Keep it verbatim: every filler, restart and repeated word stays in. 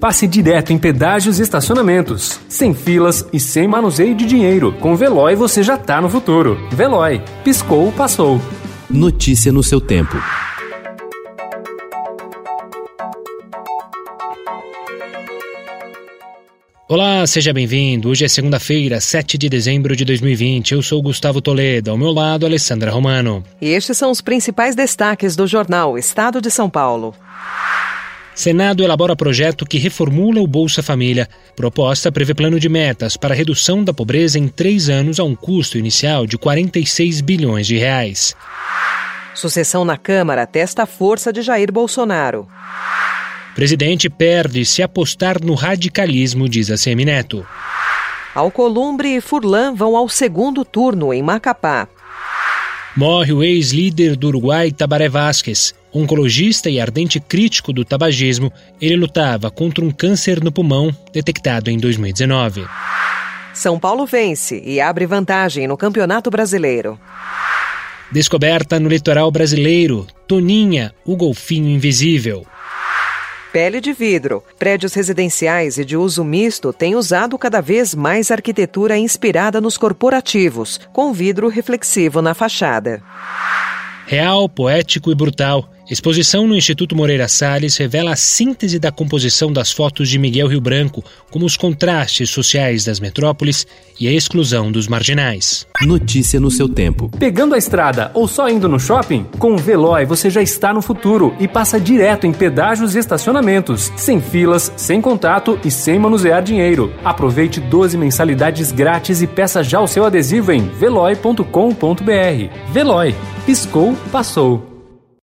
passe direto em pedágios e estacionamentos. Sem filas e sem manuseio de dinheiro. Com Veloy você já tá no futuro. Veloy. Piscou, passou. Notícia no seu tempo. Olá, seja bem-vindo. Hoje é segunda-feira, sete de dezembro de dois mil e vinte. Eu sou Gustavo Toledo, ao meu lado, Alessandra Romano. E estes são os principais destaques do jornal Estado de São Paulo. Senado elabora projeto que reformula o Bolsa Família. Proposta prevê plano de metas para redução da pobreza em três anos a um custo inicial de quarenta e seis bilhões de reais. Sucessão na Câmara testa a força de Jair Bolsonaro. Presidente perde se apostar no radicalismo, diz a Semineto. Alcolumbre e Furlan vão ao segundo turno em Macapá. Morre o ex-líder do Uruguai, Tabaré Vázquez. Oncologista e ardente crítico do tabagismo, ele lutava contra um câncer no pulmão detectado em dois mil e dezenove. São Paulo vence e abre vantagem no Campeonato Brasileiro. Descoberta no litoral brasileiro, Toninha, o golfinho invisível. Pele de vidro. Prédios residenciais e de uso misto têm usado cada vez mais arquitetura inspirada nos corporativos, com vidro reflexivo na fachada. Real, poético e brutal. Exposição no Instituto Moreira Salles revela a síntese da composição das fotos de Miguel Rio Branco, como os contrastes sociais das metrópoles e a exclusão dos marginais. Notícia no seu tempo. Pegando a estrada ou só indo no shopping? Com o Veloy você já está no futuro e passa direto em pedágios e estacionamentos, sem filas, sem contato e sem manusear dinheiro. Aproveite doze mensalidades grátis e peça já o seu adesivo em veloy ponto com ponto br. Veloy. Piscou, passou.